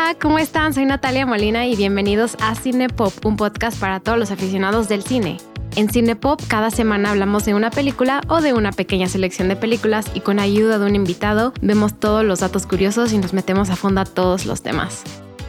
Hola, ¿cómo están? Soy Natalia Molina y bienvenidos a Cinepop, un podcast para todos los aficionados del cine. En Cinepop, cada semana hablamos de una película o de una pequeña selección de películas y con ayuda de un invitado vemos todos los datos curiosos y nos metemos a fondo a todos los temas.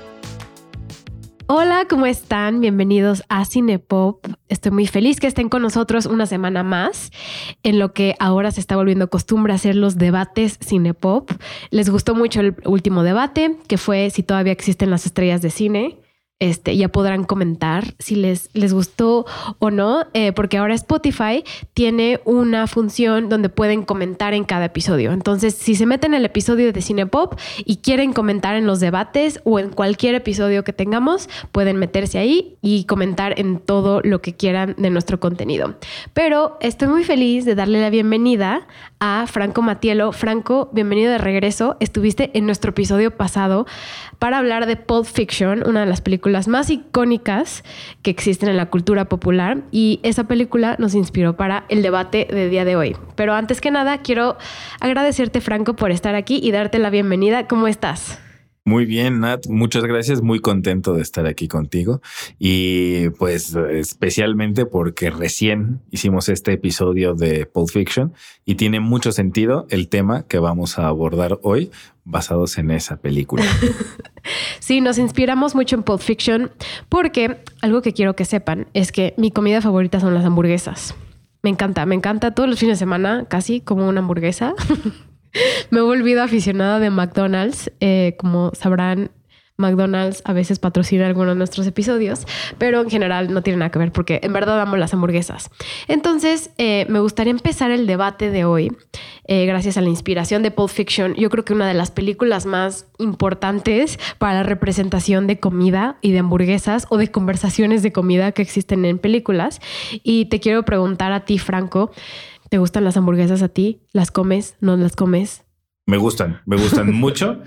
Hola, ¿cómo están? Bienvenidos a Cinepop. Estoy muy feliz que estén con nosotros una semana más en lo que ahora se está volviendo costumbre hacer los debates Cinepop. Les gustó mucho el último debate, que fue si todavía existen las estrellas de cine. Ya podrán comentar si les gustó o no, porque ahora Spotify tiene una función donde pueden comentar en cada episodio. Entonces, si se meten en el episodio de Cinepop y quieren comentar en los debates o en cualquier episodio que tengamos, pueden meterse ahí y comentar en todo lo que quieran de nuestro contenido. Pero estoy muy feliz de darle la bienvenida a Franco Mattiello. Franco, bienvenido de regreso. Estuviste en nuestro episodio pasado para hablar de Pulp Fiction, una de las películas más icónicas que existen en la cultura popular, y esa película nos inspiró para el debate del día de hoy. Pero antes que nada, quiero agradecerte, Franco, por estar aquí y darte la bienvenida. ¿Cómo estás? Muy bien, Nat. Muchas gracias. Muy contento de estar aquí contigo. Y pues especialmente porque recién hicimos este episodio de Pulp Fiction y tiene mucho sentido el tema que vamos a abordar hoy basados en esa película. Sí, nos inspiramos mucho en Pulp Fiction porque algo que quiero que sepan es que mi comida favorita son las hamburguesas. Me encanta. Todos los fines de semana casi como una hamburguesa. Me he volvido aficionada de McDonald's. Como sabrán, McDonald's a veces patrocina algunos de nuestros episodios, pero en general no tiene nada que ver porque en verdad amo las hamburguesas. Entonces, me gustaría empezar el debate de hoy gracias a la inspiración de Pulp Fiction. Yo creo que una de las películas más importantes para la representación de comida y de hamburguesas o de conversaciones de comida que existen en películas. Y te quiero preguntar a ti, Franco, ¿te gustan las hamburguesas a ti? ¿Las comes? ¿No las comes? Me gustan mucho.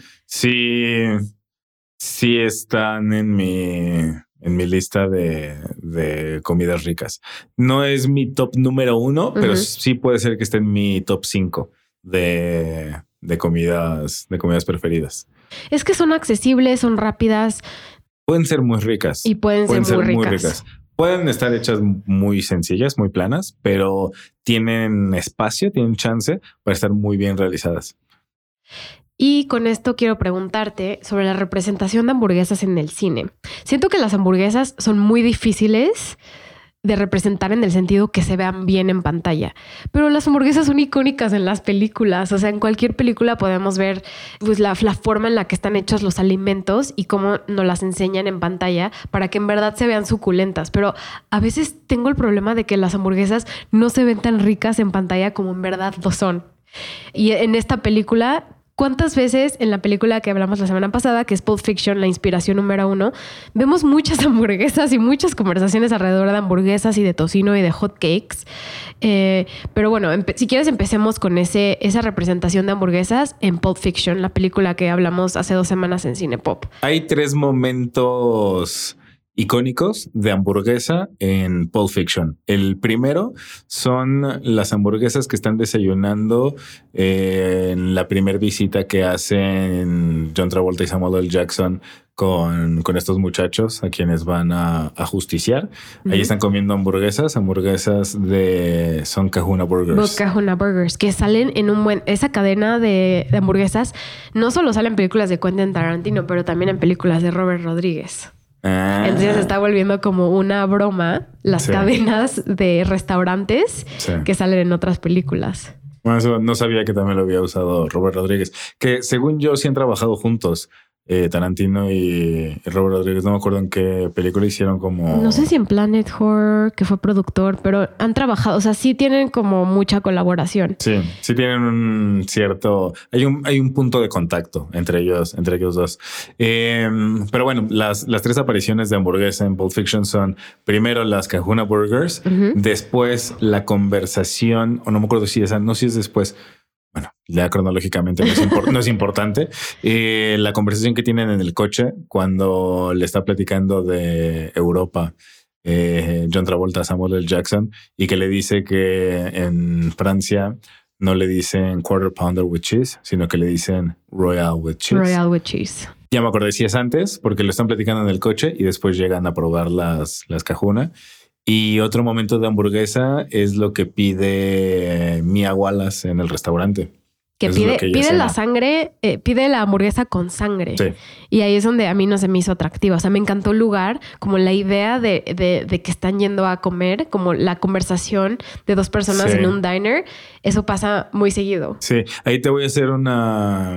Sí están en mi lista de comidas ricas. No es mi top número 1, pero sí puede ser que esté en mi top 5 de comidas preferidas. Es que son accesibles, son rápidas. Pueden ser muy ricas. Y pueden ser muy ricas. Pueden estar hechas muy sencillas, muy planas, pero tienen espacio, tienen chance para estar muy bien realizadas. Y con esto quiero preguntarte sobre la representación de hamburguesas en el cine. Siento que las hamburguesas son muy difíciles de representar en el sentido que se vean bien en pantalla. Pero las hamburguesas son icónicas en las películas. O sea, en cualquier película podemos ver pues, la forma en la que están hechos los alimentos y cómo nos las enseñan en pantalla para que en verdad se vean suculentas. Pero a veces tengo el problema de que las hamburguesas no se ven tan ricas en pantalla como en verdad lo son. Y en esta película, ¿cuántas veces en la película que hablamos la semana pasada, que es Pulp Fiction, la inspiración número 1, vemos muchas hamburguesas y muchas conversaciones alrededor de hamburguesas y de tocino y de hot cakes? Pero bueno, si quieres empecemos con esa representación de hamburguesas en Pulp Fiction, la película que hablamos hace 2 semanas en Cinepop. Hay 3 momentos icónicos de hamburguesa en Pulp Fiction. El primero son las hamburguesas que están desayunando en la primera visita que hacen John Travolta y Samuel L. Jackson con estos muchachos a quienes van a justiciar. Ahí están comiendo hamburguesas son Kahuna Burgers. Kahuna Burgers, que salen en esa cadena de hamburguesas. No solo salen en películas de Quentin Tarantino, pero también en películas de Robert Rodríguez. Entonces se está volviendo como una broma las cadenas de restaurantes que salen en otras películas. Bueno, eso no sabía que también lo había usado Robert Rodríguez, que según yo sí han trabajado juntos. Tarantino y Robert Rodríguez, no me acuerdo en qué película hicieron como... No sé si en Planet Horror, que fue productor, pero han trabajado, o sea, sí tienen como mucha colaboración. Sí tienen un cierto... Hay un punto de contacto entre ellos dos. Pero bueno, las 3 apariciones de hamburguesa en Pulp Fiction son primero las Kahuna Burgers, después la conversación, o no me acuerdo si es después... Bueno, ya cronológicamente no es importante. La conversación que tienen en el coche cuando le está platicando de Europa John Travolta a Samuel L. Jackson y que le dice que en Francia no le dicen quarter pounder with cheese, sino que le dicen royal with cheese. Royal with cheese. Ya me acordé si es antes, porque lo están platicando en el coche y después llegan a probar las Kahuna. Y otro momento de hamburguesa es lo que pide Mia Wallace en el restaurante. Que pide la sangre, pide la hamburguesa con sangre. Sí. Y ahí es donde a mí no se me hizo atractiva. O sea, me encantó el lugar, como la idea de que están yendo a comer, como la conversación de dos personas en un diner. Eso pasa muy seguido. Sí, ahí te voy a hacer una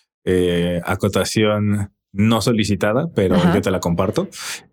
acotación no solicitada, pero yo te la comparto.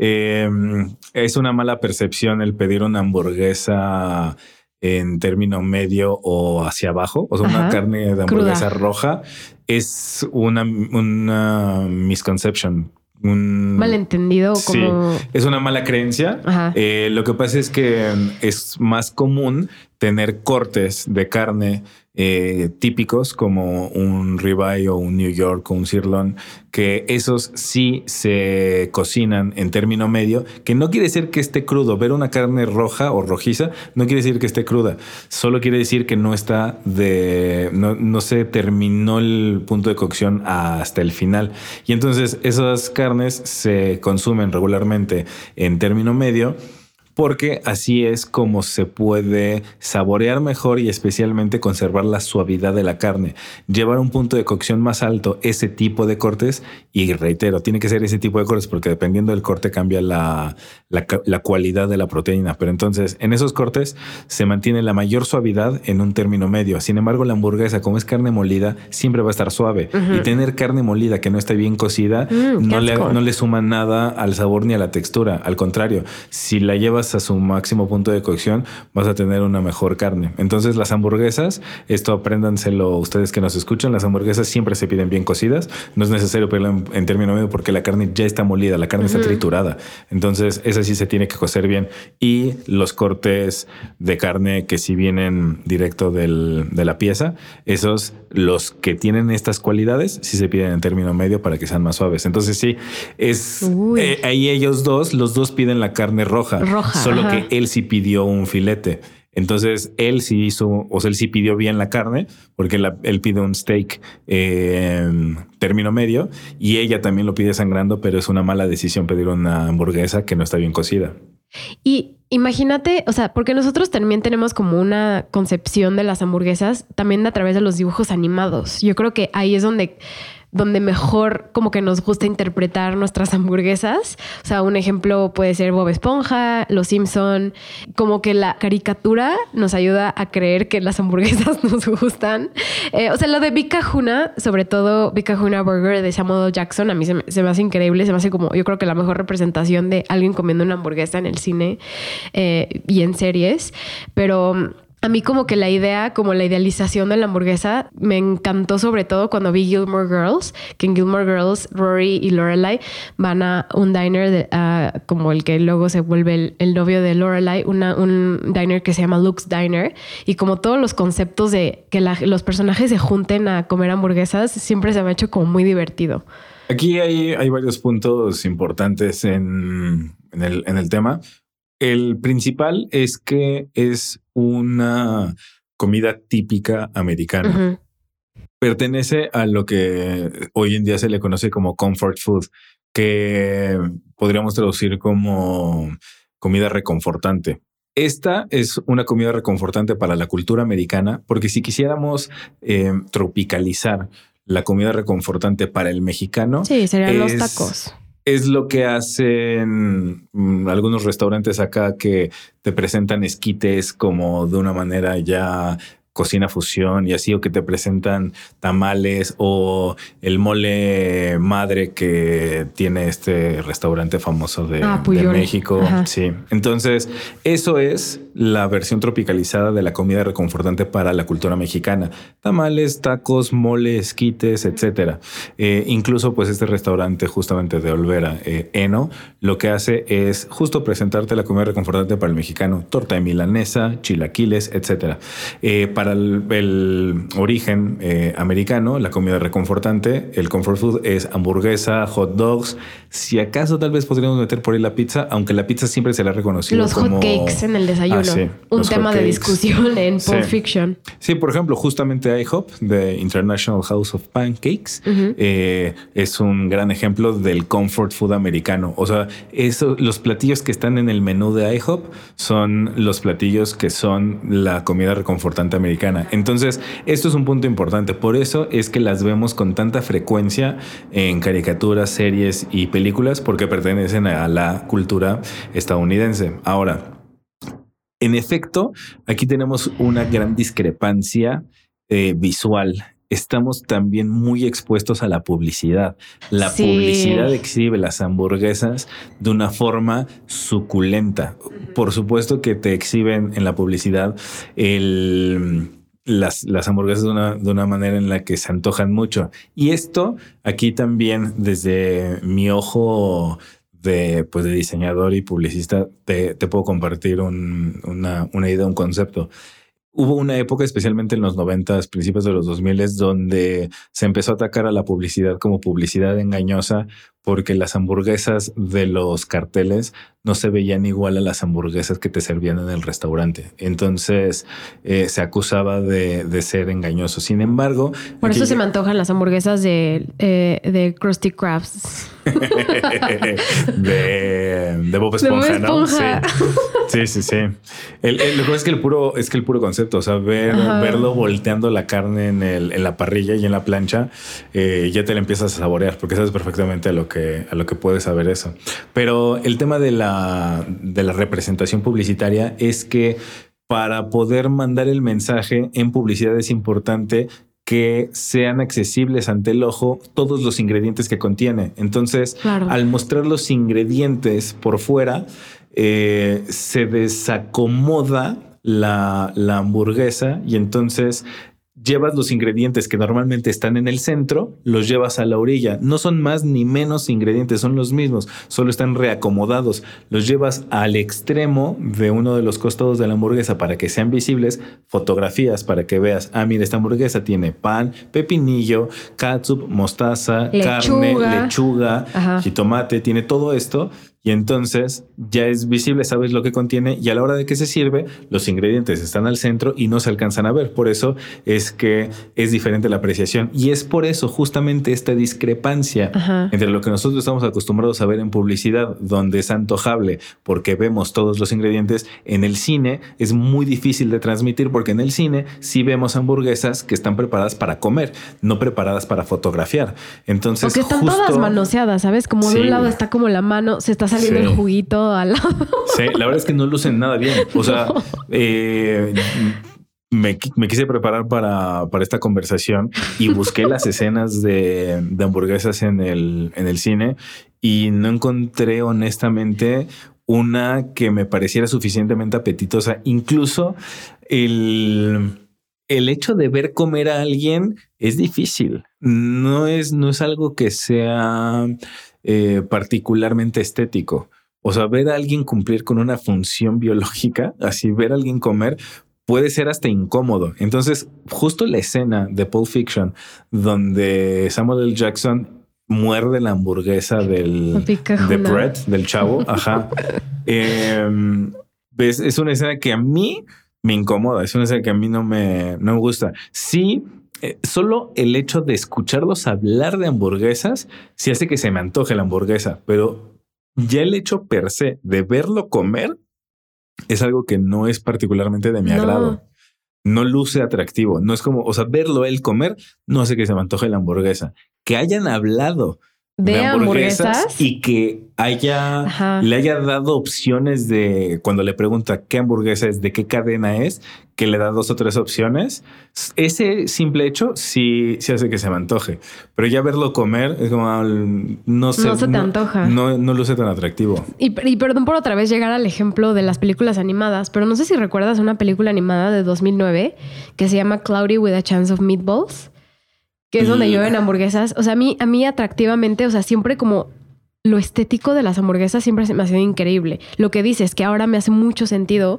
Es una mala percepción el pedir una hamburguesa en término medio o hacia abajo, o sea, una carne de hamburguesa roja, es una misconception. Un malentendido. Como... Sí, es una mala creencia. Lo que pasa es que es más común tener cortes de carne típicos como un ribeye o un New York o un sirloin, que esos sí se cocinan en término medio, que no quiere decir que esté crudo. Ver una carne roja o rojiza no quiere decir que esté cruda, solo quiere decir que no está no se terminó el punto de cocción hasta el final. Y entonces esas carnes se consumen regularmente en término medio, porque así es como se puede saborear mejor y especialmente conservar la suavidad de la carne. Llevar un punto de cocción más alto ese tipo de cortes, y reitero, tiene que ser ese tipo de cortes porque dependiendo del corte cambia la cualidad de la proteína. Pero entonces en esos cortes se mantiene la mayor suavidad en un término medio. Sin embargo, la hamburguesa, como es carne molida, siempre va a estar suave. Y tener carne molida que no está bien cocida no le suma nada al sabor ni a la textura. Al contrario, si la llevas a su máximo punto de cocción, vas a tener una mejor carne. Entonces las hamburguesas, esto apréndanselo ustedes que nos escuchan, las hamburguesas siempre se piden bien cocidas. No es necesario pedirla en término medio porque la carne ya está molida, la carne está triturada. Entonces esa sí se tiene que cocer bien. Y los cortes de carne que sí vienen directo de la pieza, esos, los que tienen estas cualidades, sí se piden en término medio para que sean más suaves. Entonces sí, ahí los dos piden la carne roja. Solo que él sí pidió un filete. Entonces él sí él sí pidió bien la carne, porque él pide un steak término medio, y ella también lo pide sangrando, pero es una mala decisión pedir una hamburguesa que no está bien cocida. Y imagínate, o sea, porque nosotros también tenemos como una concepción de las hamburguesas también a través de los dibujos animados. Yo creo que ahí es donde mejor como que nos gusta interpretar nuestras hamburguesas. O sea, un ejemplo puede ser Bob Esponja, Los Simpson. Como que la caricatura nos ayuda a creer que las hamburguesas nos gustan. O sea, lo de Big Kahuna, sobre todo Big Kahuna Burger de Samuel Jackson, a mí se me hace increíble. Se me hace como, yo creo que la mejor representación de alguien comiendo una hamburguesa en el cine y en series. Pero... a mí como que la idea, como la idealización de la hamburguesa me encantó, sobre todo cuando vi Gilmore Girls, que en Gilmore Girls Rory y Lorelai van a un diner como el que luego se vuelve el novio de Lorelai, un diner que se llama Luke's Diner, y como todos los conceptos de que los personajes se junten a comer hamburguesas siempre se me ha hecho como muy divertido. Aquí hay varios puntos importantes en el tema. El principal es que es una comida típica americana. Pertenece a lo que hoy en día se le conoce como comfort food, que podríamos traducir como comida reconfortante. Esta es una comida reconfortante para la cultura americana, porque si quisiéramos tropicalizar la comida reconfortante para el mexicano, sí, serían los tacos. Es lo que hacen algunos restaurantes acá, que te presentan esquites como de una manera ya cocina fusión y así, o que te presentan tamales o el mole madre que tiene este restaurante famoso de México. Ajá. Sí. Entonces, eso es la versión tropicalizada de la comida reconfortante para la cultura mexicana. Tamales, tacos, mole, esquites, etcétera. Incluso, pues, este restaurante justamente de Olvera, Eno, lo que hace es justo presentarte la comida reconfortante para el mexicano. Torta de milanesa, chilaquiles, etcétera. Para para el origen americano, la comida reconfortante, el comfort food es hamburguesa, hot dogs. Si acaso tal vez podríamos meter por ahí la pizza, aunque la pizza siempre se la ha reconocido los como... hot cakes en el desayuno. Sí, un tema de discusión en Pulp Fiction. Sí, por ejemplo, justamente IHOP, de International House of Pancakes, es un gran ejemplo del comfort food americano. O sea, los platillos que están en el menú de IHOP son los platillos que son la comida reconfortante americana. Entonces, esto es un punto importante. Por eso es que las vemos con tanta frecuencia en caricaturas, series y películas, porque pertenecen a la cultura estadounidense. Ahora, en efecto, aquí tenemos una gran discrepancia visual. Estamos también muy expuestos a la publicidad. La publicidad exhibe las hamburguesas de una forma suculenta. Por supuesto que te exhiben en la publicidad las hamburguesas de una manera en la que se antojan mucho. Y esto aquí también, desde mi ojo de diseñador y publicista, te puedo compartir una idea, un concepto. Hubo una época, especialmente en los 90s, principios de los 2000s, donde se empezó a atacar a la publicidad como publicidad engañosa, porque las hamburguesas de los carteles no se veían igual a las hamburguesas que te servían en el restaurante. Entonces se acusaba de ser engañoso. Sin embargo... Por eso se me antojan las hamburguesas de Krusty Krabs. de Bob Esponja, ¿no? Sí. Lo que es que el puro concepto, o sea, verlo volteando la carne en la parrilla y en la plancha, ya te la empiezas a saborear, porque sabes perfectamente a lo que puedes saber eso. Pero el tema de la representación publicitaria es que para poder mandar el mensaje en publicidad es importante que sean accesibles ante el ojo todos los ingredientes que contiene. Entonces, al mostrar los ingredientes por fuera, se desacomoda la hamburguesa y entonces llevas los ingredientes que normalmente están en el centro, los llevas a la orilla. No son más ni menos ingredientes, son los mismos, solo están reacomodados. Los llevas al extremo de uno de los costados de la hamburguesa para que sean visibles, fotografías para que veas, mira, esta hamburguesa tiene pan, pepinillo, catsup, mostaza, carne, lechuga, jitomate, tiene todo esto. Y entonces ya es visible, sabes lo que contiene y a la hora de que se sirve, los ingredientes están al centro y no se alcanzan a ver. Por eso es que es diferente la apreciación. Y es por eso justamente esta discrepancia entre lo que nosotros estamos acostumbrados a ver en publicidad, donde es antojable porque vemos todos los ingredientes. En el cine es muy difícil de transmitir porque en el cine sí vemos hamburguesas que están preparadas para comer, no preparadas para fotografiar. Entonces, porque están todas manoseadas, ¿sabes? Como de un lado está como la mano, se está saliendo el juguito al lado. Sí, la verdad es que no lucen nada bien. O sea, me quise preparar para esta conversación y busqué las escenas de hamburguesas en el cine y no encontré honestamente una que me pareciera suficientemente apetitosa. Incluso el hecho de ver comer a alguien es difícil. No es algo que sea particularmente estético. O sea, ver a alguien cumplir con una función biológica, así ver a alguien comer, puede ser hasta incómodo. Entonces, justo la escena de Pulp Fiction, donde Samuel L. Jackson muerde la hamburguesa de Brett, del chavo, es una escena que a mí me incomoda, es una escena que a mí no me gusta. Sí. Solo el hecho de escucharlos hablar de hamburguesas sí hace que se me antoje la hamburguesa, pero ya el hecho per se de verlo comer es algo que no es particularmente de mi agrado. No luce atractivo. No es como, o sea, verlo él comer no hace que se me antoje la hamburguesa. Que hayan hablado de hamburguesas y que le haya dado opciones de cuando le pregunta qué hamburguesa es, de qué cadena es, que le da 2 o 3 opciones. Ese simple hecho sí hace que se me antoje, pero ya verlo comer es como no se te antoja. No luce tan atractivo. Y perdón por otra vez llegar al ejemplo de las películas animadas, pero no sé si recuerdas una película animada de 2009 que se llama Cloudy with a Chance of Meatballs, que es donde llueven hamburguesas. O sea, a mí atractivamente, o sea, siempre como lo estético de las hamburguesas siempre se me ha sido increíble. Lo que dices que ahora me hace mucho sentido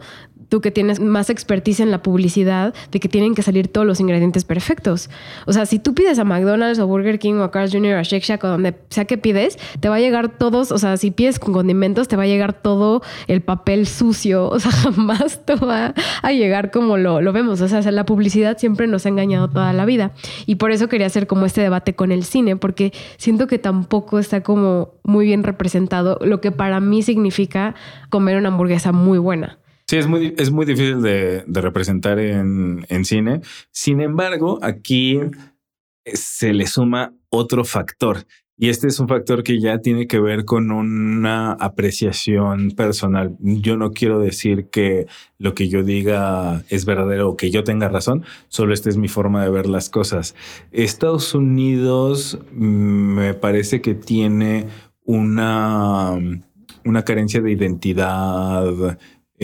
tú que tienes más expertise en la publicidad, de que tienen que salir todos los ingredientes perfectos. O sea, si tú pides a McDonald's o Burger King o a Carl's Jr. o a Shake Shack o donde sea que pides, te va a llegar todos, o sea, si pides con condimentos, te va a llegar todo el papel sucio. O sea, jamás te va a llegar como lo vemos. O sea, la publicidad siempre nos ha engañado toda la vida. Y por eso quería hacer como este debate con el cine, porque siento que tampoco está como muy bien representado lo que para mí significa comer una hamburguesa muy buena. Sí, es muy difícil de representar en cine. Sin embargo, aquí se le suma otro factor. Y este es un factor que ya tiene que ver con una apreciación personal. Yo no quiero decir que lo que yo diga es verdadero o que yo tenga razón. Solo esta es mi forma de ver las cosas. Estados Unidos me parece que tiene una carencia de identidad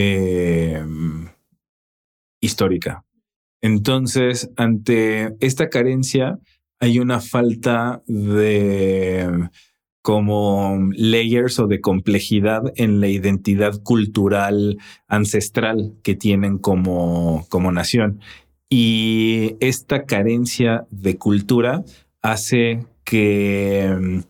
histórica. Entonces, ante esta carencia, hay una falta de como layers o de complejidad en la identidad cultural ancestral que tienen como nación. Y esta carencia de cultura hace que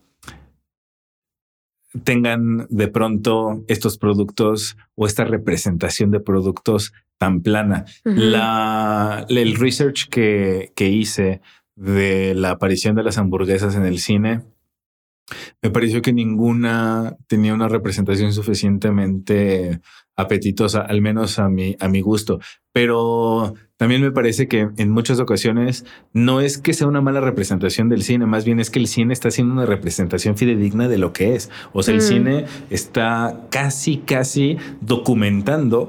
tengan de pronto estos productos o esta representación de productos tan plana. Uh-huh. El research que hice de la aparición de las hamburguesas en el cine, me pareció que ninguna tenía una representación suficientemente apetitosa, al menos a mi gusto. Pero también me parece que en muchas ocasiones no es que sea una mala representación del cine, más bien es que el cine está haciendo una representación fidedigna de lo que es. O sea, el cine está casi documentando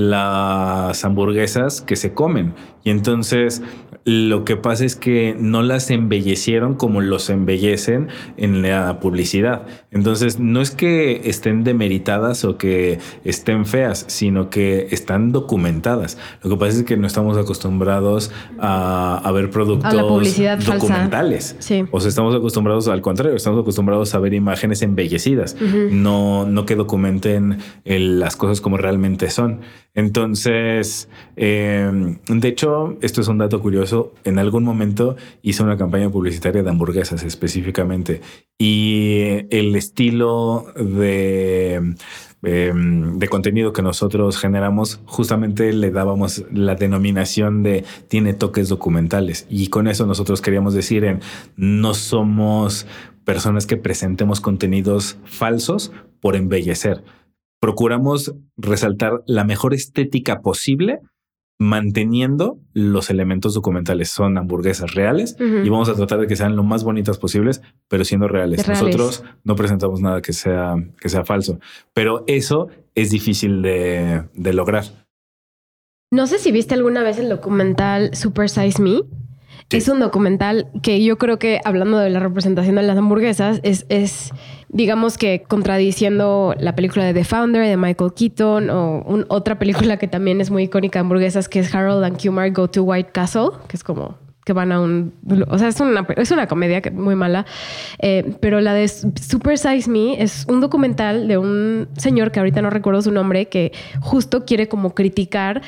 las hamburguesas que se comen. Y entonces lo que pasa es que no las embellecieron como los embellecen en la publicidad. Entonces no es que estén demeritadas o que estén feas, sino que están documentadas. Lo que pasa es que no estamos acostumbrados a ver productos documentales. Sí. O sea, estamos acostumbrados al contrario, estamos acostumbrados a ver imágenes embellecidas, no que documenten las cosas como realmente son. Entonces, de hecho, esto es un dato curioso. En algún momento hice una campaña publicitaria de hamburguesas específicamente y el estilo de contenido que nosotros generamos, justamente le dábamos la denominación de tiene toques documentales. Y con eso nosotros queríamos decir no somos personas que presentemos contenidos falsos por embellecer. Procuramos resaltar la mejor estética posible, manteniendo los elementos documentales. Son hamburguesas reales y vamos a tratar de que sean lo más bonitas posibles, pero siendo reales. Nosotros no presentamos nada que sea falso, pero eso es difícil de lograr. No sé si viste alguna vez el documental Super Size Me. Sí. Es un documental que yo creo que, hablando de la representación de las hamburguesas, es digamos que contradiciendo la película de The Founder de Michael Keaton o otra película que también es muy icónica de hamburguesas, que es Harold and Kumar Go to White Castle, que es como que van a o sea, es una comedia muy mala, pero la de Super Size Me es un documental de un señor que ahorita no recuerdo su nombre, que justo quiere como criticar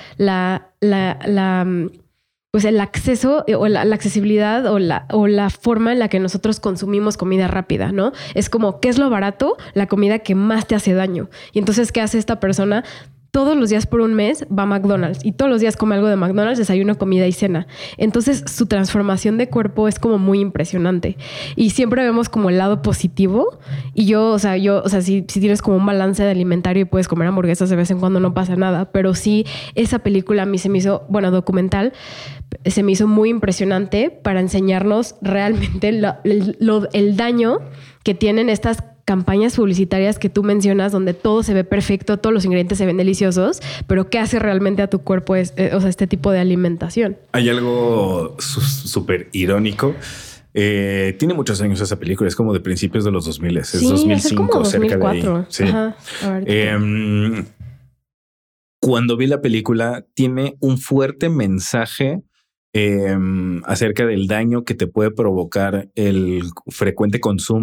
pues el acceso o la accesibilidad o la forma en la que nosotros consumimos comida rápida, ¿no? Es como, ¿qué es lo barato? La comida que más te hace daño. Y entonces, ¿qué hace esta persona? Todos los días por un mes va a McDonald's y todos los días come algo de McDonald's, desayuno, comida y cena. Entonces su transformación de cuerpo es como muy impresionante y siempre vemos como el lado positivo. Y yo, si tienes como un balance de alimentario y puedes comer hamburguesas de vez en cuando, no pasa nada. Pero sí, esa película a mí se me hizo, documental, se me hizo muy impresionante para enseñarnos realmente el daño que tienen estas campañas publicitarias que tú mencionas, donde todo se ve perfecto, todos los ingredientes se ven deliciosos, pero ¿qué hace realmente a tu cuerpo este tipo de alimentación? Hay algo súper irónico. Tiene muchos años esa película, es como de principios de los 2000, es 2005, como 2004. Cerca de ahí. Sí. Ajá. Cuando vi la película, tiene un fuerte mensaje acerca del daño que te puede provocar el frecuente consumo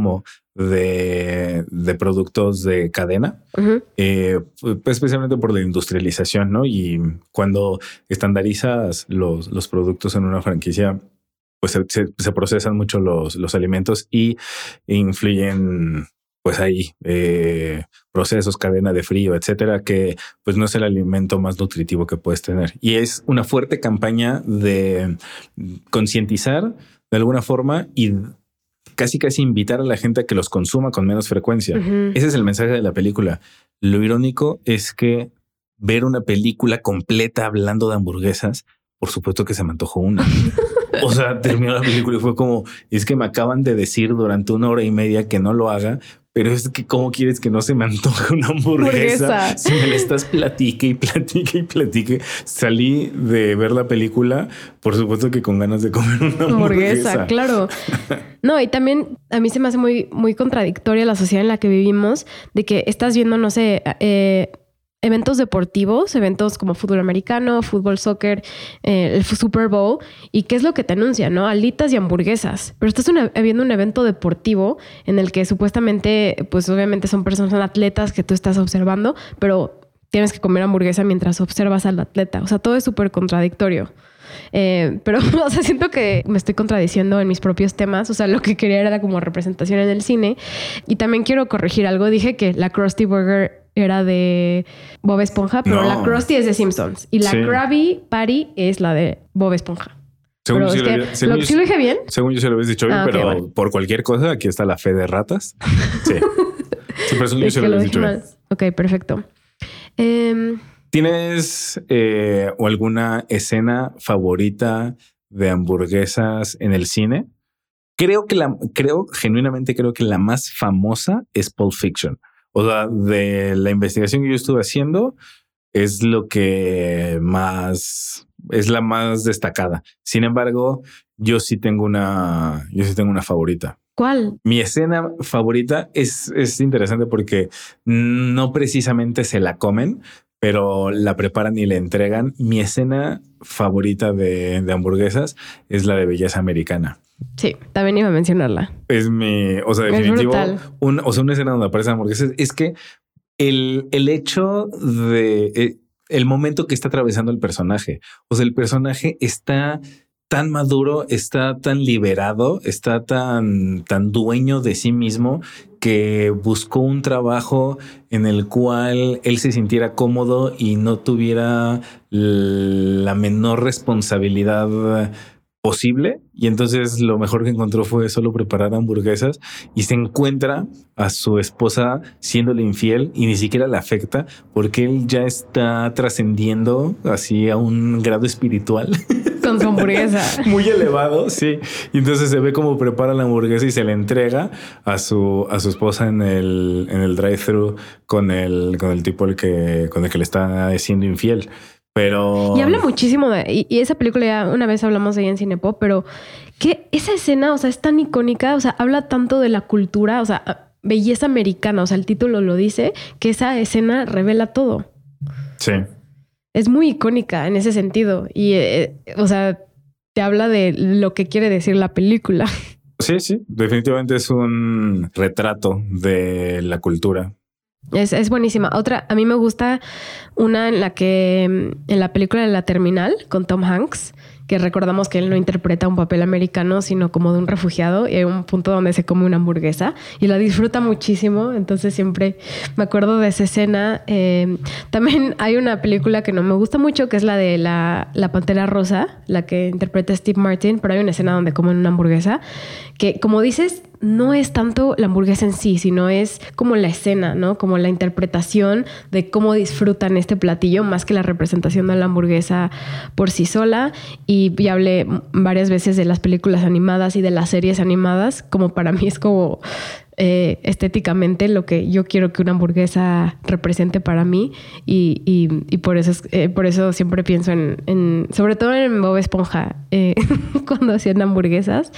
de productos de cadena, pues especialmente por la industrialización, ¿no? Y cuando estandarizas los productos en una franquicia, pues se procesan mucho los alimentos y influyen, pues ahí, procesos, cadena de frío, etcétera, que pues no es el alimento más nutritivo que puedes tener. Y es una fuerte campaña de concientizar de alguna forma y casi invitar a la gente a que los consuma con menos frecuencia. Ese es el mensaje de la película. Lo irónico es que ver una película completa hablando de hamburguesas, por supuesto que se me antojó una. O sea, terminó la película y fue como, es que me acaban de decir durante 1 hora y media que no lo haga, pero es que ¿cómo quieres que no se me antoje una hamburguesa? Si me la estás platique y platique y platique. Salí de ver la película, por supuesto que con ganas de comer una hamburguesa. Claro. No, y también a mí se me hace muy, muy contradictoria la sociedad en la que vivimos, de que estás viendo, no sé, eventos deportivos, eventos como fútbol americano, fútbol, soccer, el Super Bowl. ¿Y qué es lo que te anuncia, no? Alitas y hamburguesas. Pero estás viendo un evento deportivo en el que supuestamente, pues obviamente son personas, son atletas que tú estás observando, pero tienes que comer hamburguesa mientras observas al atleta. O sea, todo es súper contradictorio. Pero, o sea, siento que me estoy contradiciendo en mis propios temas. O sea, lo que quería era como representación en el cine. Y también quiero corregir algo. Dije que la Krusty Burger era de Bob Esponja, pero la Krusty es de Simpsons. Y la Krabby Patty es la de Bob Esponja. Según yo ¿Sí lo dije bien? Según yo se lo habías dicho bien, pero vale. Por cualquier cosa, aquí está la fe de ratas. Sí. Pero según yo se lo habías dicho bien. Ok, perfecto. ¿Tienes o alguna escena favorita de hamburguesas en el cine? Genuinamente creo que la más famosa es Pulp Fiction. O sea, de la investigación que yo estuve haciendo, es lo que es la más destacada. Sin embargo, yo sí tengo una favorita. ¿Cuál? Mi escena favorita es interesante porque no precisamente se la comen, pero la preparan y la entregan. Mi escena favorita de hamburguesas es la de Belleza Americana. Sí, también iba a mencionarla. Es definitivo. Una escena donde aparecen hamburguesas. Es que el hecho de el momento que está atravesando el personaje. O sea, el personaje está tan maduro, está tan liberado, está tan dueño de sí mismo que buscó un trabajo en el cual él se sintiera cómodo y no tuviera la menor responsabilidad posible. Y entonces lo mejor que encontró fue solo preparar hamburguesas y se encuentra a su esposa siéndole infiel y ni siquiera le afecta porque él ya está trascendiendo así a un grado espiritual. Con su hamburguesa. Muy elevado, sí. Y entonces se ve cómo prepara la hamburguesa y se la entrega a su esposa en el drive-thru con el tipo con el que le está siendo infiel. Pero... Y habla muchísimo y esa película ya una vez hablamos de ella en Cinepop, pero que esa escena, o sea, es tan icónica, o sea, habla tanto de la cultura, o sea, belleza americana, o sea, el título lo dice, que esa escena revela todo. Sí. Es muy icónica en ese sentido y, o sea, te habla de lo que quiere decir la película. Sí, definitivamente es un retrato de la cultura. Es buenísima. Otra, a mí me gusta una en la película de La Terminal con Tom Hanks, que recordamos que él no interpreta un papel americano, sino como de un refugiado, y hay un punto donde se come una hamburguesa y la disfruta muchísimo. Entonces siempre me acuerdo de esa escena. También hay una película que no me gusta mucho, que es la de la Pantera Rosa, la que interpreta Steve Martin, pero hay una escena donde comen una hamburguesa que, como dices, no es tanto la hamburguesa en sí, sino es como la escena, ¿no? Como la interpretación de cómo disfrutan este platillo, más que la representación de la hamburguesa por sí sola. Y ya hablé varias veces de las películas animadas y de las series animadas, como para mí es como estéticamente lo que yo quiero que una hamburguesa represente para mí. Y por eso siempre pienso en sobre todo en Bob Esponja, cuando hacían hamburguesas.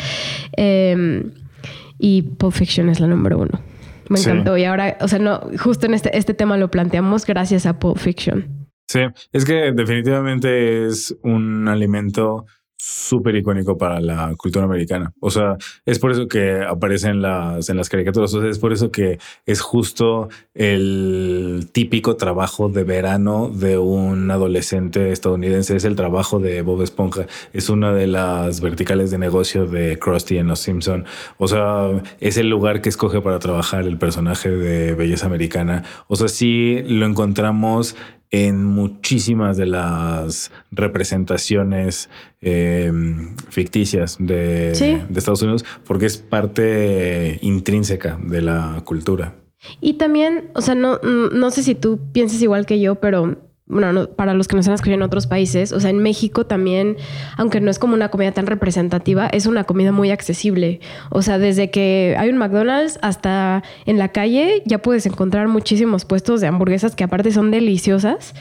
Y Pulp Fiction es la número 1. Me encantó. Y ahora, o sea, no, justo en este tema lo planteamos gracias a Pulp Fiction. Sí, es que definitivamente es un alimento súper icónico para la cultura americana. O sea, es por eso que aparece en las caricaturas. O sea, es por eso que es justo el típico trabajo de verano de un adolescente estadounidense. Es el trabajo de Bob Esponja. Es una de las verticales de negocio de Krusty en Los Simpson. O sea, es el lugar que escoge para trabajar el personaje de belleza americana. O sea, sí lo encontramos en muchísimas de las representaciones ficticias de Estados Unidos, porque es parte intrínseca de la cultura. Y también, o sea, no sé si tú piensas igual que yo, pero bueno, para los que nos han escuchado en otros países, o sea, en México también, aunque no es como una comida tan representativa, es una comida muy accesible. O sea, desde que hay un McDonald's hasta en la calle ya puedes encontrar muchísimos puestos de hamburguesas que aparte son deliciosas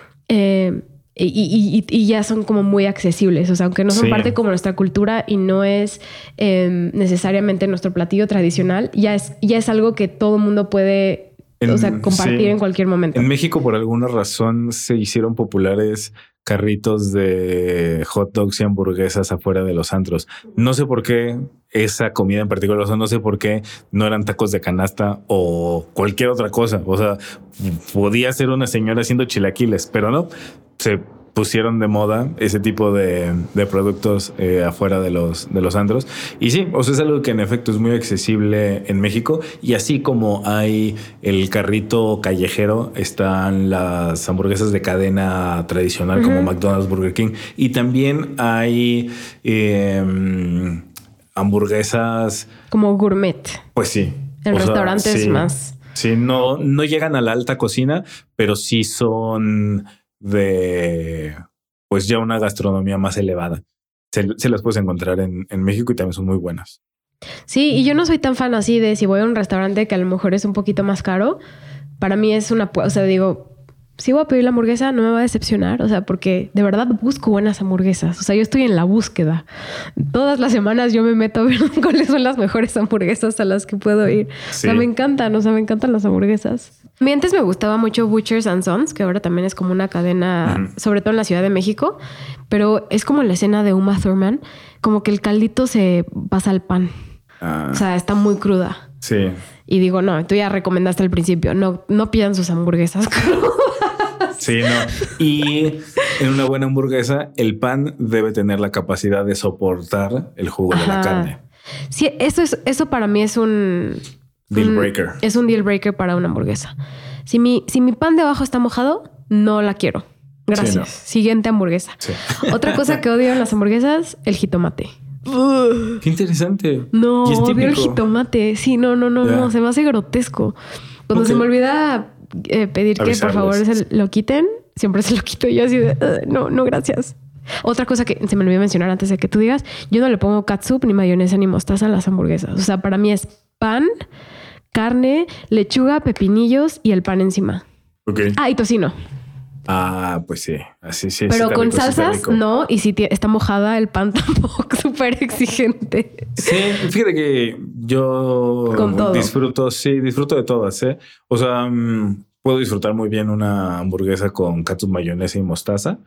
y ya son como muy accesibles. O sea, aunque no son parte como nuestra cultura y no es necesariamente nuestro platillo tradicional, ya es algo que todo mundo puede compartir en cualquier momento. En México, por alguna razón, se hicieron populares carritos de hot dogs y hamburguesas afuera de los antros. No sé por qué esa comida en particular, o sea, no sé por qué no eran tacos de canasta o cualquier otra cosa. O sea, podía ser una señora haciendo chilaquiles, pero no. Se pusieron de moda ese tipo de productos afuera de los antros. Y sí, o sea, es algo que en efecto es muy accesible en México. Y así como hay el carrito callejero, están las hamburguesas de cadena tradicional como McDonald's, Burger King. Y también hay hamburguesas como gourmet. Pues sí. En restaurantes más. Sí, no llegan a la alta cocina, pero sí son de pues ya una gastronomía más elevada. Se las puedes encontrar en México y también son muy buenas. Sí, y yo no soy tan fan así de si voy a un restaurante que a lo mejor es un poquito más caro. Para mí es o sea, digo, si voy a pedir la hamburguesa no me va a decepcionar, o sea, porque de verdad busco buenas hamburguesas. O sea, yo estoy en la búsqueda. Todas las semanas yo me meto a ver cuáles son las mejores hamburguesas a las que puedo ir. Sí. O sea, me encantan las hamburguesas. A mí antes me gustaba mucho Butchers and Sons, que ahora también es como una cadena, sobre todo en la Ciudad de México, pero es como la escena de Uma Thurman, como que el caldito se pasa al pan. O sea, está muy cruda. Sí. Y digo, no, tú ya recomendaste al principio, no pidan sus hamburguesas crudas. Sí, no. Y en una buena hamburguesa, el pan debe tener la capacidad de soportar el jugo de la carne. Sí, eso para mí es un deal breaker. Es un deal breaker para una hamburguesa. Si mi pan de abajo está mojado, no la quiero. Gracias. Sí, no. Siguiente hamburguesa. Sí. Otra cosa que odio en las hamburguesas, el jitomate. Qué interesante. No, odio el jitomate. Sí, no, se me hace grotesco. Cuando se me olvida pedir que por favor se lo quiten, siempre se lo quito yo así de no, gracias. Otra cosa que se me olvidó mencionar antes de que tú digas, yo no le pongo catsup, ni mayonesa, ni mostaza a las hamburguesas. O sea, para mí es pan, carne, lechuga, pepinillos y el pan encima. Okay. Y tocino. Pues sí, así sí. Pero con rico, salsas no, y si está mojada el pan tampoco, súper exigente. Sí, fíjate que yo disfruto de todas, ¿eh? O sea, puedo disfrutar muy bien una hamburguesa con catsup, mayonesa y mostaza.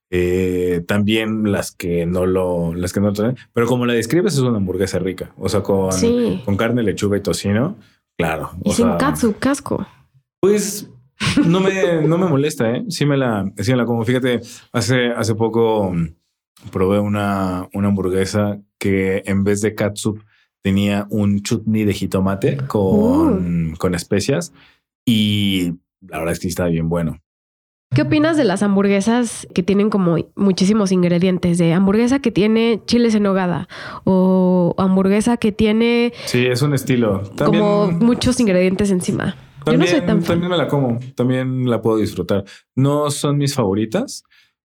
También las que no traen, pero como la describes es una hamburguesa rica. O sea, con carne, lechuga y tocino, claro. Y sin catsup, casco. Pues no me molesta, ¿eh? Sí me la como. Fíjate, hace poco probé una hamburguesa que en vez de catsup tenía un chutney de jitomate con especias y la verdad es que estaba bien bueno. ¿Qué opinas de las hamburguesas que tienen como muchísimos ingredientes? De hamburguesa que tiene chiles en nogada o hamburguesa que tiene... Sí, es un estilo. También, como muchos ingredientes encima. Yo no soy tan fan. También me la como. También la puedo disfrutar. No son mis favoritas,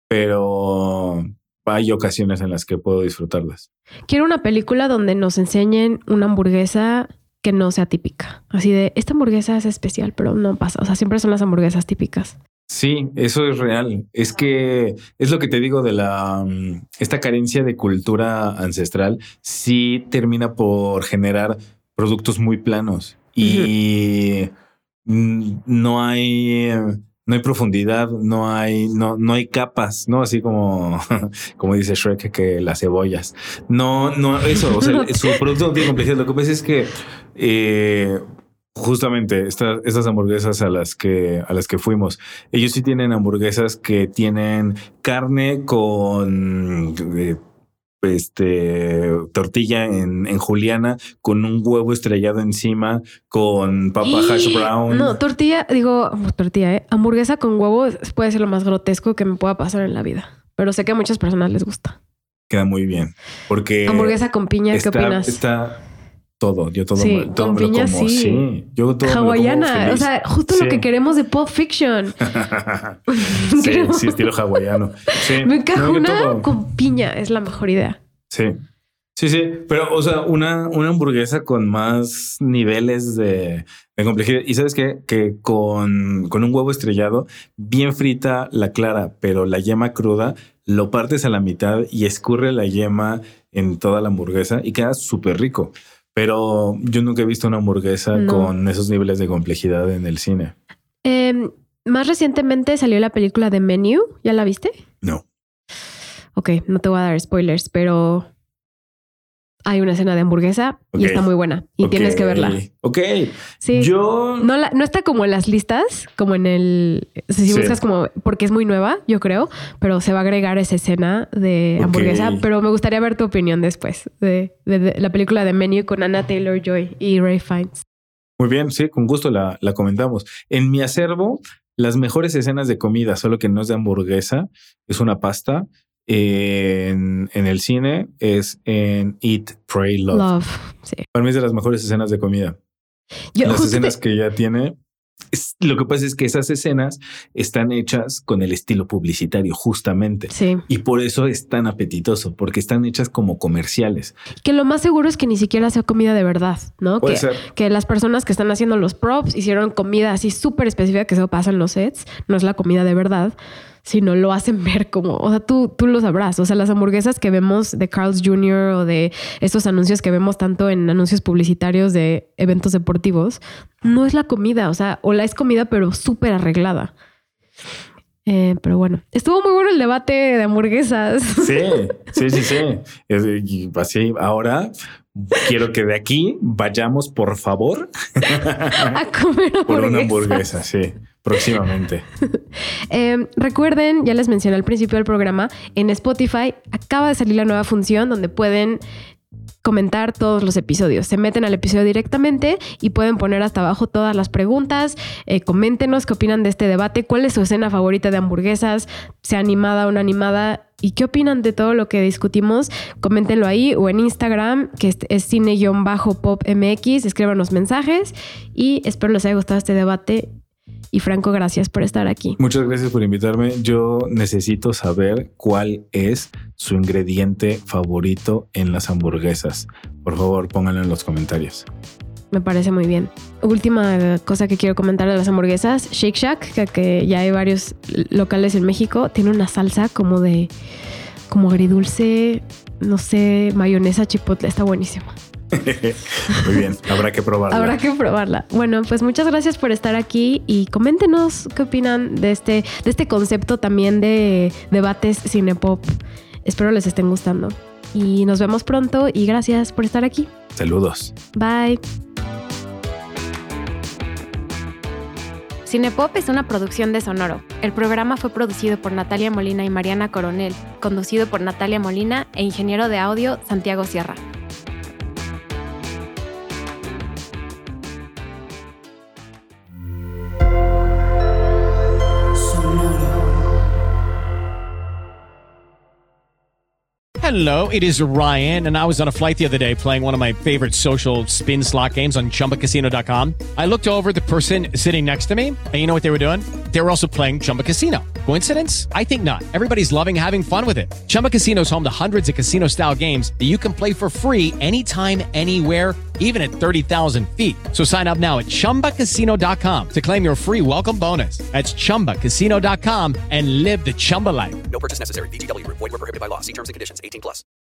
pero hay ocasiones en las que puedo disfrutarlas. Quiero una película donde nos enseñen una hamburguesa que no sea típica. Así de, esta hamburguesa es especial, pero no pasa. O sea, siempre son las hamburguesas típicas. Sí, eso es real. Es que es lo que te digo de esta carencia de cultura ancestral. Sí termina por generar productos muy planos y no hay No hay profundidad, no hay capas, ¿no? Así como, como dice Shrek, que las cebollas. No, eso, o sea, su producto no tiene complejidad. Lo que pasa es que justamente estas hamburguesas a las que fuimos, ellos sí tienen hamburguesas que tienen carne con tortilla en juliana, con un huevo estrellado encima, con papa hash brown. No, tortilla, hamburguesa con huevo puede ser lo más grotesco que me pueda pasar en la vida, pero sé que a muchas personas les gusta. Queda muy bien, porque hamburguesa con piña, ¿qué opinas? Está todo, yo todo, sí, todo con me lo piña, como. Sí, yo todo hawaiana, me lo como feliz. O sea, justo lo que queremos de Pulp Fiction. Sí, estilo hawaiano. Sí. Me encajona con piña, es la mejor idea. Sí. Pero, o sea, una hamburguesa con más niveles de complejidad. Y sabes qué? Que con un huevo estrellado, bien frita la clara, pero la yema cruda, lo partes a la mitad y escurre la yema en toda la hamburguesa y queda súper rico. Pero yo nunca he visto una hamburguesa con esos niveles de complejidad en el cine. Más recientemente salió la película de Menu. ¿Ya la viste? No. Ok, no te voy a dar spoilers, pero hay una escena de hamburguesa y está muy buena y tienes que verla. Ok. Sí. No está como en las listas, como en el... Si buscas como... Porque es muy nueva, yo creo, pero se va a agregar esa escena de hamburguesa. Pero me gustaría ver tu opinión después de la película de Menu con Anna Taylor-Joy y Ralph Fiennes. Muy bien, sí, con gusto la comentamos. En mi acervo, las mejores escenas de comida, solo que no es de hamburguesa, es una pasta. En el cine es en Eat, Pray, Love. Sí. Para mí es de las mejores escenas de comida. Las escenas que ella tiene. Lo que pasa es que esas escenas están hechas con el estilo publicitario, justamente. Sí. Y por eso es tan apetitoso, porque están hechas como comerciales. Que lo más seguro es que ni siquiera sea comida de verdad, ¿no? Puede ser. Que las personas que están haciendo los props hicieron comida así súper específica que se pasa en los sets. No es la comida de verdad, sino lo hacen ver como... O sea, tú lo sabrás. O sea, las hamburguesas que vemos de Carl's Jr. o de estos anuncios que vemos tanto en anuncios publicitarios de eventos deportivos, no es la comida. O sea, o la es comida, pero súper arreglada. Pero bueno, estuvo muy bueno el debate de hamburguesas. Sí. Y así, ahora quiero que de aquí vayamos, por favor, a comer hamburguesa. Por una hamburguesa, sí. Próximamente. Recuerden, ya les mencioné al principio del programa, en Spotify acaba de salir la nueva función donde pueden comentar todos los episodios. Se meten al episodio directamente y pueden poner hasta abajo todas las preguntas. Coméntenos qué opinan de este debate, cuál es su escena favorita de hamburguesas, sea animada o no animada, y qué opinan de todo lo que discutimos. Coméntenlo ahí o en Instagram, que es cine-popmx. Escríbanos mensajes y espero les haya gustado este debate. Y Franco, gracias por estar aquí. Muchas gracias por invitarme. Yo necesito saber cuál es su ingrediente favorito en las hamburguesas. Por favor, pónganlo en los comentarios. Me parece muy bien. Última cosa que quiero comentar de las hamburguesas. Shake Shack, que ya hay varios locales en México, tiene una salsa como agridulce, no sé, mayonesa chipotle. Está buenísima. Muy bien, habrá que probarla. Bueno, pues muchas gracias por estar aquí y coméntenos qué opinan de este concepto también de debates cinepop. Espero les estén gustando y nos vemos pronto y gracias por estar aquí. Saludos. Bye. Cinepop es una producción de Sonoro. El programa fue producido por Natalia Molina y Mariana Coronel, conducido por Natalia Molina e ingeniero de audio Santiago Sierra. Hello, it is Ryan, and I was on a flight the other day playing one of my favorite social spin slot games on ChumbaCasino.com. I looked over at the person sitting next to me, and you know what they were doing? They were also playing Chumba Casino. Coincidence? I think not. Everybody's loving having fun with it. Chumba Casino is home to hundreds of casino-style games that you can play for free anytime, anywhere, even at 30,000 feet. So sign up now at ChumbaCasino.com to claim your free welcome bonus. That's ChumbaCasino.com and live the Chumba life. No purchase necessary. VGW. Void where prohibited by law. See terms and conditions. 18+.